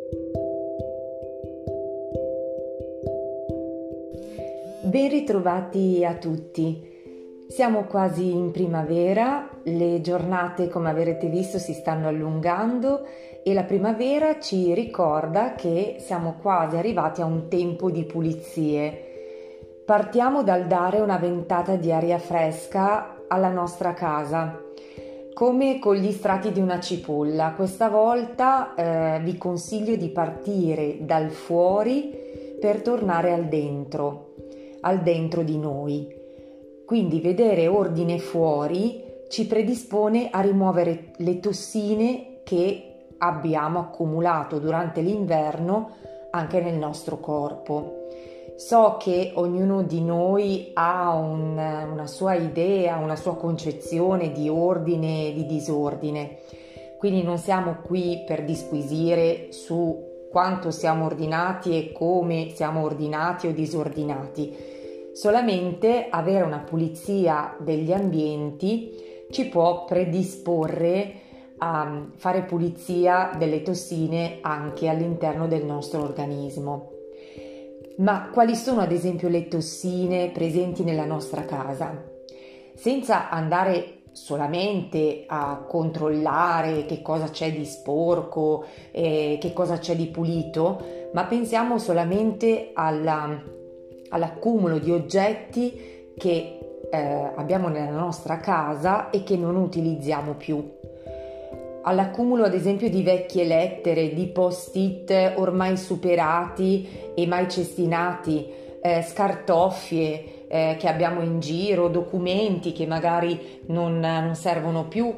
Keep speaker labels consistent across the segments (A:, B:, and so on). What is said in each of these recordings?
A: Ben ritrovati a tutti. Siamo quasi in primavera, le giornate, come avrete visto, si stanno allungando e la primavera ci ricorda che siamo quasi arrivati a un tempo di pulizie. Partiamo dal dare una ventata di aria fresca alla nostra casa, come con gli strati di una cipolla. Questa volta vi consiglio di partire dal fuori per tornare al dentro di noi. Quindi vedere ordine fuori ci predispone a rimuovere le tossine che abbiamo accumulato durante l'inverno anche nel nostro corpo. So che ognuno di noi ha una sua idea, una sua concezione di ordine e di disordine, quindi non siamo qui per disquisire su quanto siamo ordinati e come siamo ordinati o disordinati. Solamente avere una pulizia degli ambienti ci può predisporre a fare pulizia delle tossine anche all'interno del nostro organismo. Ma quali sono ad esempio le tossine presenti nella nostra casa? Senza andare solamente a controllare che cosa c'è di sporco, che cosa c'è di pulito, ma pensiamo solamente all'accumulo di oggetti che abbiamo nella nostra casa e che non utilizziamo più. All'accumulo ad esempio di vecchie lettere, di post-it ormai superati e mai cestinati, scartoffie che abbiamo in giro, documenti che magari non servono più,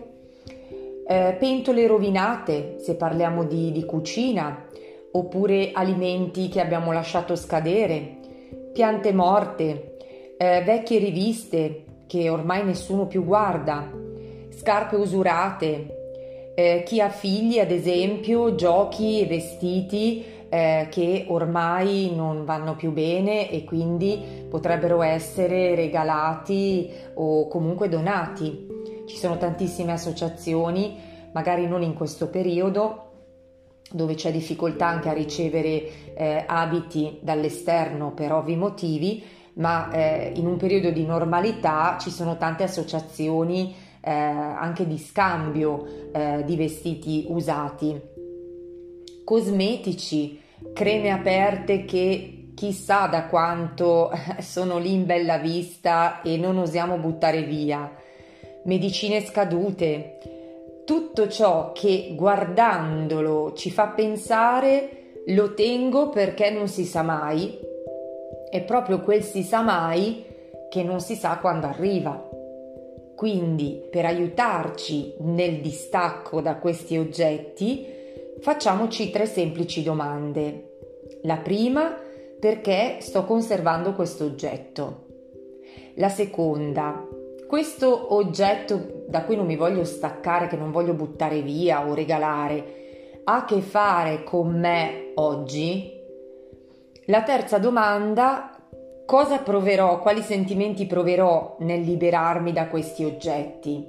A: pentole rovinate se parliamo di cucina, oppure alimenti che abbiamo lasciato scadere, piante morte, vecchie riviste che ormai nessuno più guarda, scarpe usurate, chi ha figli ad esempio, giochi e vestiti che ormai non vanno più bene e quindi potrebbero essere regalati o comunque donati. Ci sono tantissime associazioni, magari non in questo periodo, dove c'è difficoltà anche a ricevere abiti dall'esterno per ovvi motivi, ma in un periodo di normalità ci sono tante associazioni anche di scambio di vestiti usati, cosmetici, creme aperte che chissà da quanto sono lì in bella vista e non osiamo buttare via, medicine scadute, tutto ciò che guardandolo ci fa pensare lo tengo perché non si sa mai, è proprio quel si sa mai che non si sa quando arriva. Quindi, per aiutarci nel distacco da questi oggetti, facciamoci 3 semplici domande. La prima, perché sto conservando questo oggetto? La seconda, questo oggetto da cui non mi voglio staccare, che non voglio buttare via o regalare, ha a che fare con me oggi? La terza domanda, cosa proverò, quali sentimenti proverò nel liberarmi da questi oggetti?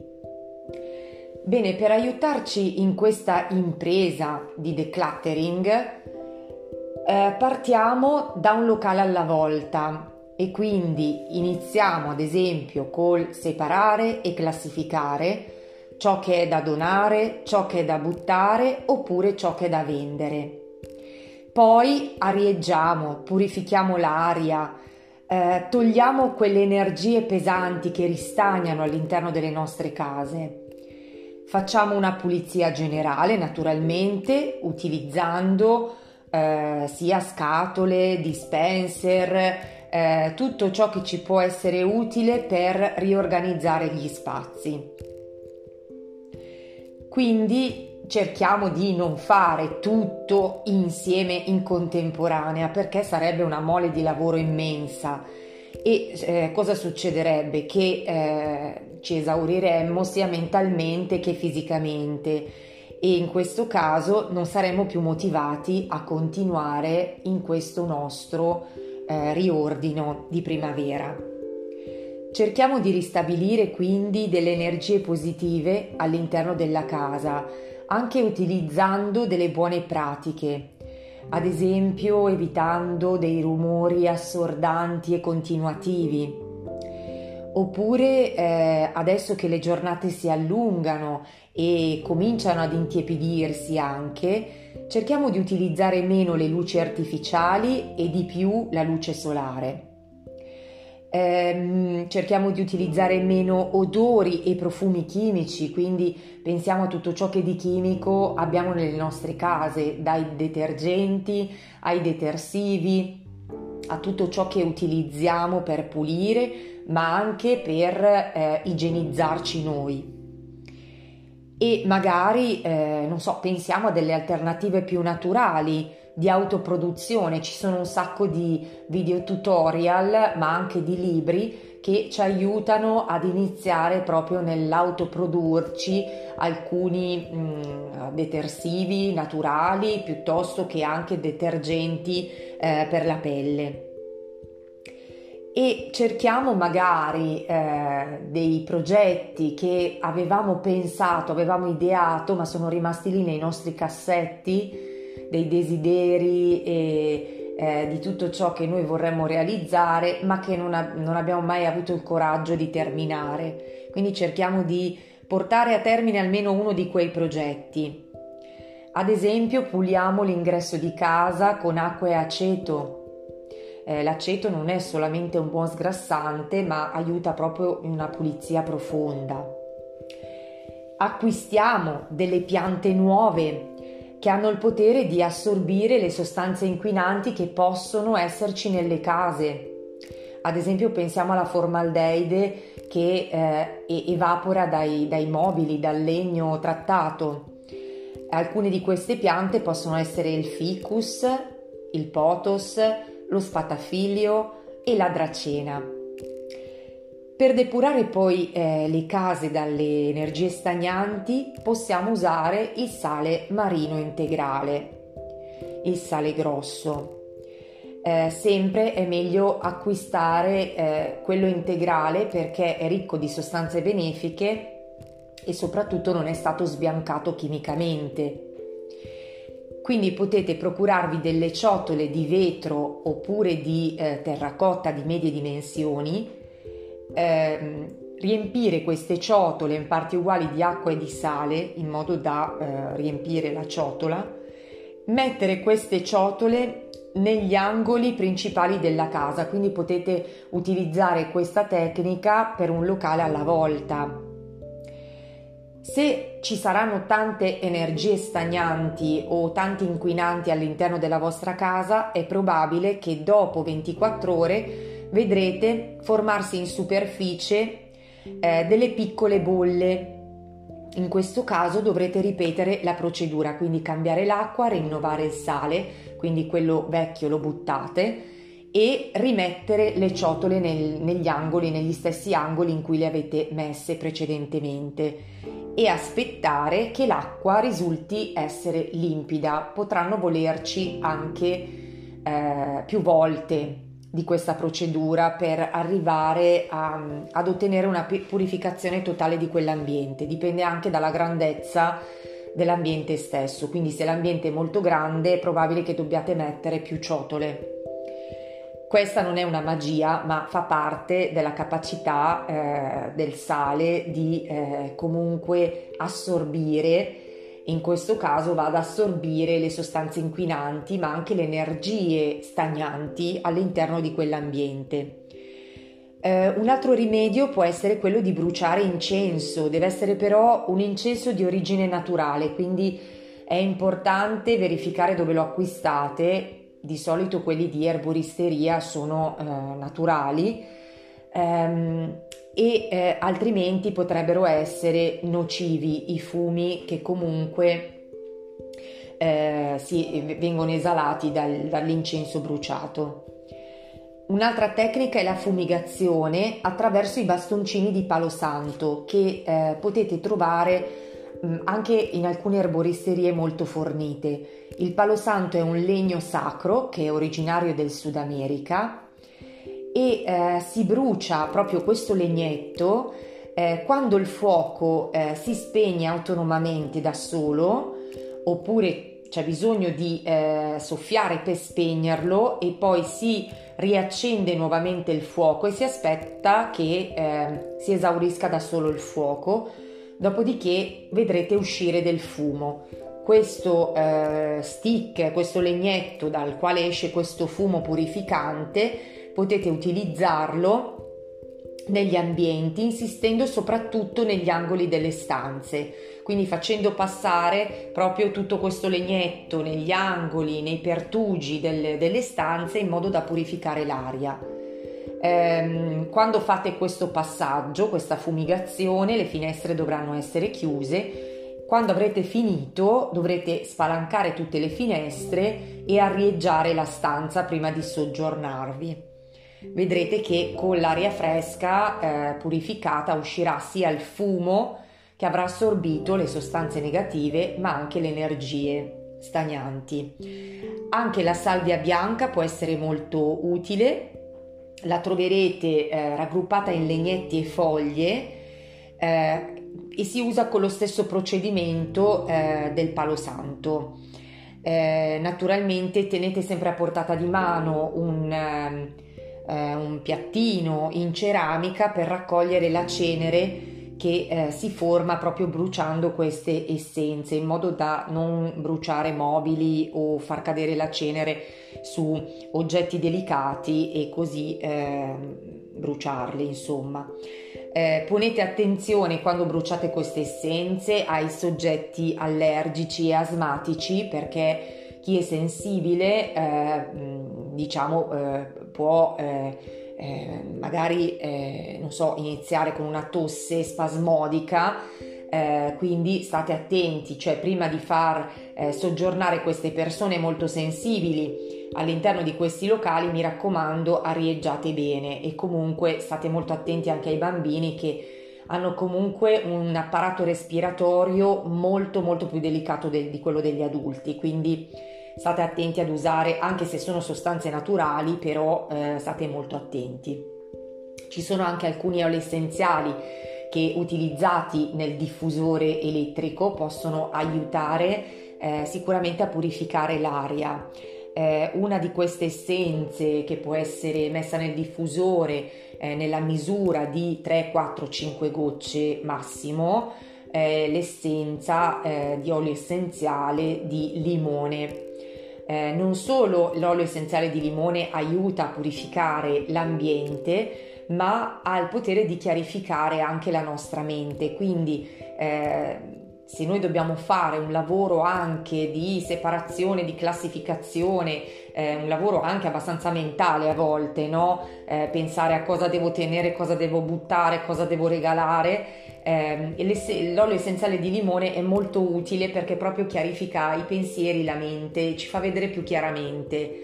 A: Bene, per aiutarci in questa impresa di decluttering, partiamo da un locale alla volta e quindi iniziamo ad esempio col separare e classificare ciò che è da donare, ciò che è da buttare oppure ciò che è da vendere. Poi arieggiamo, purifichiamo l'aria, togliamo quelle energie pesanti che ristagnano all'interno delle nostre case. Facciamo una pulizia generale, naturalmente, utilizzando sia scatole, dispenser, tutto ciò che ci può essere utile per riorganizzare gli spazi. Quindi cerchiamo di non fare tutto insieme in contemporanea, perché sarebbe una mole di lavoro immensa e cosa succederebbe? Che ci esauriremmo sia mentalmente che fisicamente e in questo caso non saremmo più motivati a continuare in questo nostro riordino di primavera. Cerchiamo di ristabilire quindi delle energie positive all'interno della casa, anche utilizzando delle buone pratiche. ad esempio evitando dei rumori assordanti e continuativi. Oppure adesso che le giornate si allungano e cominciano ad intiepidirsi anche, cerchiamo di utilizzare meno le luci artificiali e di più la luce solare. Cerchiamo di utilizzare meno odori e profumi chimici, quindi pensiamo a tutto ciò che di chimico abbiamo nelle nostre case, dai detergenti ai detersivi, a tutto ciò che utilizziamo per pulire, ma anche per igienizzarci noi. E magari, non so, pensiamo a delle alternative più naturali di autoproduzione. Ci sono un sacco di video tutorial, ma anche di libri che ci aiutano ad iniziare proprio nell'autoprodurci alcuni detersivi naturali piuttosto che anche detergenti per la pelle. E cerchiamo magari dei progetti che avevamo pensato, avevamo ideato, ma sono rimasti lì nei nostri cassetti, dei desideri e di tutto ciò che noi vorremmo realizzare, ma che non abbiamo mai avuto il coraggio di terminare. Quindi cerchiamo di portare a termine almeno uno di quei progetti. Ad esempio, puliamo l'ingresso di casa con acqua e aceto. L'aceto non è solamente un buon sgrassante, ma aiuta proprio in una pulizia profonda. Acquistiamo delle piante nuove che hanno il potere di assorbire le sostanze inquinanti che possono esserci nelle case. Ad esempio pensiamo alla formaldeide che evapora dai mobili, dal legno trattato. Alcune di queste piante possono essere il ficus, il pothos, lo spatafilio e la dracena. Per depurare poi le case dalle energie stagnanti possiamo usare il sale marino integrale, il sale grosso. Sempre è meglio acquistare quello integrale perché è ricco di sostanze benefiche e soprattutto non è stato sbiancato chimicamente. Quindi potete procurarvi delle ciotole di vetro oppure di terracotta di medie dimensioni, riempire queste ciotole in parti uguali di acqua e di sale in modo da riempire la ciotola, mettere queste ciotole negli angoli principali della casa, quindi potete utilizzare questa tecnica per un locale alla volta. Se ci saranno tante energie stagnanti o tanti inquinanti all'interno della vostra casa, è probabile che dopo 24 ore vedrete formarsi in superficie delle piccole bolle. In questo caso dovrete ripetere la procedura, quindi cambiare l'acqua, rinnovare il sale, quindi quello vecchio lo buttate e rimettere le ciotole negli angoli, negli stessi angoli in cui le avete messe precedentemente e aspettare che l'acqua risulti essere limpida. Potranno volerci anche più volte di questa procedura per arrivare ad ottenere una purificazione totale di quell'ambiente. Dipende anche dalla grandezza dell'ambiente stesso, quindi se l'ambiente è molto grande è probabile che dobbiate mettere più ciotole. Questa non è una magia, ma fa parte della capacità del sale di comunque assorbire. In questo caso va ad assorbire le sostanze inquinanti, ma anche le energie stagnanti all'interno di quell'ambiente. Un altro rimedio può essere quello di bruciare incenso, deve essere però un incenso di origine naturale, quindi è importante verificare dove lo acquistate. Di solito quelli di erboristeria sono naturali e altrimenti potrebbero essere nocivi i fumi che comunque vengono esalati dall'incenso bruciato. Un'altra tecnica è la fumigazione attraverso i bastoncini di palo santo che potete trovare anche in alcune erboristerie molto fornite. Il palo santo è un legno sacro che è originario del Sud America e si brucia proprio questo legnetto quando il fuoco si spegne autonomamente da solo oppure c'è bisogno di soffiare per spegnerlo e poi si riaccende nuovamente il fuoco e si aspetta che si esaurisca da solo il fuoco, dopodiché vedrete uscire del fumo. Questo stick, questo legnetto dal quale esce questo fumo purificante, potete utilizzarlo negli ambienti, insistendo soprattutto negli angoli delle stanze, quindi facendo passare proprio tutto questo legnetto negli angoli, nei pertugi delle stanze, in modo da purificare l'aria. Quando fate questo passaggio, questa fumigazione, le finestre dovranno essere chiuse. Quando avrete finito dovrete spalancare tutte le finestre e arieggiare la stanza prima di soggiornarvi. Vedrete che con l'aria fresca purificata uscirà sia il fumo che avrà assorbito le sostanze negative, ma anche le energie stagnanti. Anche la salvia bianca può essere molto utile. La troverete raggruppata in legnetti e foglie e si usa con lo stesso procedimento del palo santo. Naturalmente tenete sempre a portata di mano un piattino in ceramica per raccogliere la cenere che si forma proprio bruciando queste essenze, in modo da non bruciare mobili o far cadere la cenere su oggetti delicati e così bruciarli, insomma. Ponete attenzione quando bruciate queste essenze ai soggetti allergici e asmatici, perché chi è sensibile può magari non so, iniziare con una tosse spasmodica, quindi state attenti, cioè prima di far soggiornare queste persone molto sensibili all'interno di questi locali, mi raccomando, arieggiate bene e comunque state molto attenti anche ai bambini, che hanno comunque un apparato respiratorio molto molto più delicato di quello degli adulti, quindi state attenti ad usare, anche se sono sostanze naturali, però state molto attenti. Ci sono anche alcuni oli essenziali che, utilizzati nel diffusore elettrico, possono aiutare sicuramente a purificare l'aria. Una di queste essenze, che può essere messa nel diffusore nella misura di 3, 4, 5 gocce massimo, l'essenza di olio essenziale di limone. Non solo l'olio essenziale di limone aiuta a purificare l'ambiente, ma ha il potere di chiarificare anche la nostra mente, quindi se noi dobbiamo fare un lavoro anche di separazione, di classificazione, un lavoro anche abbastanza mentale a volte, no? Pensare a cosa devo tenere, cosa devo buttare, cosa devo regalare, l'olio essenziale di limone è molto utile perché proprio chiarifica i pensieri, la mente, ci fa vedere più chiaramente.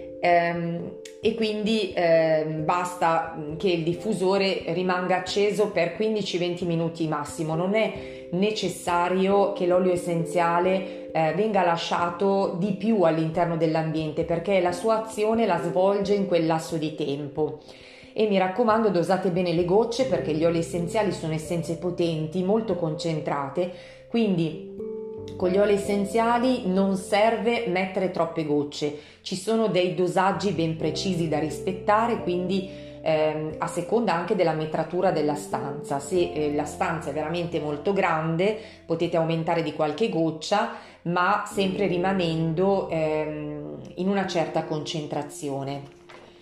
A: E quindi basta che il diffusore rimanga acceso per 15-20 minuti massimo. Non è necessario che l'olio essenziale venga lasciato di più all'interno dell'ambiente, perché la sua azione la svolge in quel lasso di tempo. E mi raccomando, dosate bene le gocce, perché gli oli essenziali sono essenze potenti, molto concentrate, quindi con gli oli essenziali non serve mettere troppe gocce, ci sono dei dosaggi ben precisi da rispettare, quindi a seconda anche della metratura della stanza. Se la stanza è veramente molto grande potete aumentare di qualche goccia, ma sempre rimanendo in una certa concentrazione.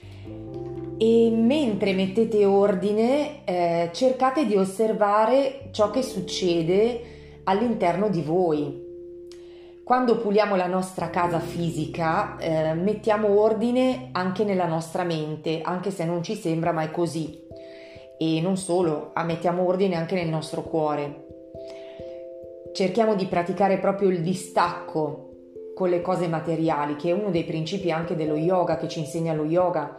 A: E mentre mettete ordine, cercate di osservare ciò che succede all'interno di voi. Quando puliamo la nostra casa fisica, mettiamo ordine anche nella nostra mente, anche se non ci sembra, ma è così. E non solo, mettiamo ordine anche nel nostro cuore. Cerchiamo di praticare proprio il distacco con le cose materiali, che è uno dei principi anche dello yoga, che ci insegna lo yoga,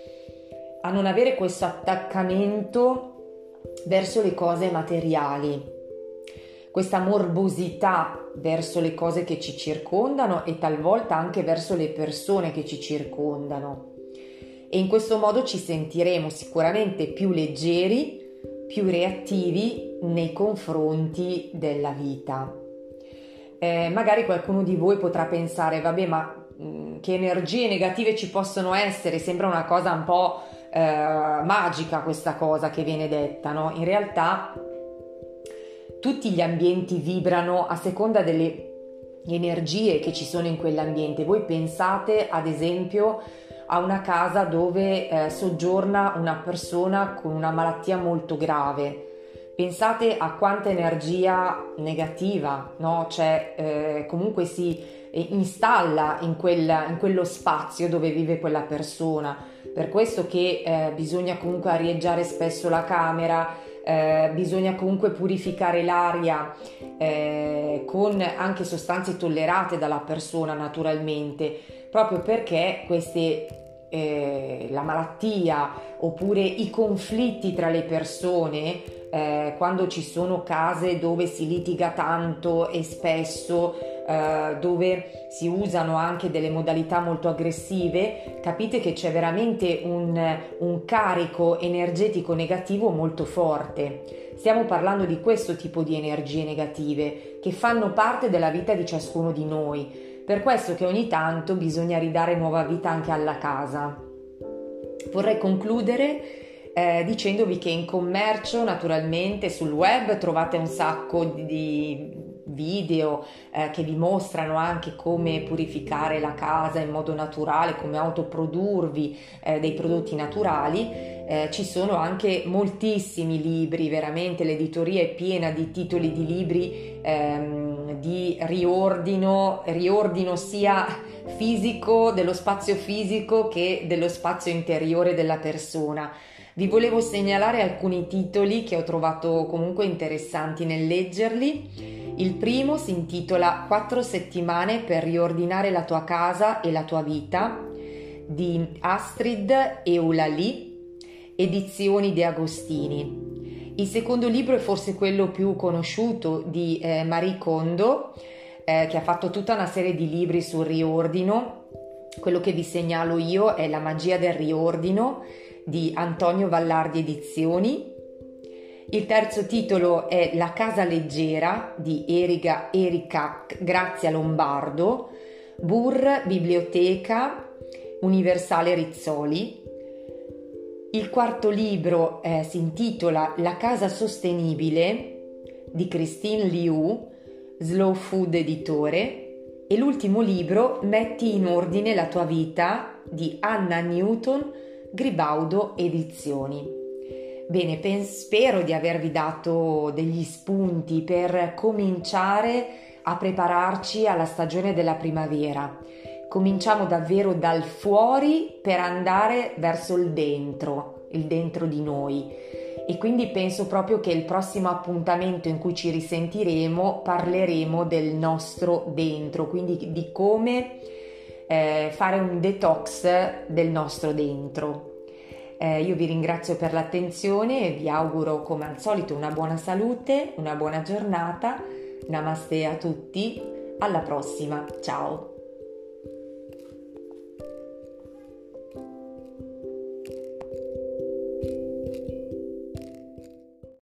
A: a non avere questo attaccamento verso le cose materiali, questa morbosità verso le cose che ci circondano e talvolta anche verso le persone che ci circondano. E in questo modo ci sentiremo sicuramente più leggeri, più reattivi nei confronti della vita. magari qualcuno di voi potrà pensare, vabbè, ma che energie negative ci possono essere? Sembra una cosa un po' magica questa cosa che viene detta, no? In realtà tutti gli ambienti vibrano a seconda delle energie che ci sono in quell'ambiente. Voi pensate ad esempio a una casa dove soggiorna una persona con una malattia molto grave. Pensate a quanta energia negativa, no? Comunque si installa in quello spazio dove vive quella persona. Per questo che bisogna comunque arieggiare spesso la camera, bisogna comunque purificare l'aria con anche sostanze tollerate dalla persona naturalmente, proprio perché la malattia oppure i conflitti tra le persone, quando ci sono case dove si litiga tanto e spesso, dove si usano anche delle modalità molto aggressive, capite che c'è veramente un carico energetico negativo molto forte. Stiamo parlando di questo tipo di energie negative che fanno parte della vita di ciascuno di noi. Per questo che ogni tanto bisogna ridare nuova vita anche alla casa. Vorrei concludere dicendovi che in commercio, naturalmente, sul web trovate un sacco di video che vi mostrano anche come purificare la casa in modo naturale, come autoprodurvi dei prodotti naturali. Ci sono anche moltissimi libri, veramente l'editoria è piena di titoli di libri di riordino sia fisico, dello spazio fisico, che dello spazio interiore della persona. Vi volevo segnalare alcuni titoli che ho trovato comunque interessanti nel leggerli. Il primo si intitola 4 settimane per riordinare la tua casa e la tua vita, di Astrid Eulalie, edizioni De Agostini. Il secondo libro è forse quello più conosciuto, di Marie Kondo, che ha fatto tutta una serie di libri sul riordino. Quello che vi segnalo io è La magia del riordino, di Antonio Vallardi Edizioni. Il terzo titolo è La casa leggera, di Erika Grazia Lombardo, Burr Biblioteca Universale Rizzoli. Il quarto libro si intitola La casa sostenibile, di Christine Liu, Slow Food Editore. E l'ultimo libro, Metti in ordine la tua vita, di Anna Newton, Gribaudo Edizioni. Bene, spero di avervi dato degli spunti per cominciare a prepararci alla stagione della primavera. Cominciamo davvero dal fuori per andare verso il dentro di noi. E quindi penso proprio che il prossimo appuntamento in cui ci risentiremo parleremo del nostro dentro, quindi di come fare un detox del nostro dentro. Io vi ringrazio per l'attenzione e vi auguro come al solito una buona salute, una buona giornata. Namaste a tutti, alla prossima, ciao!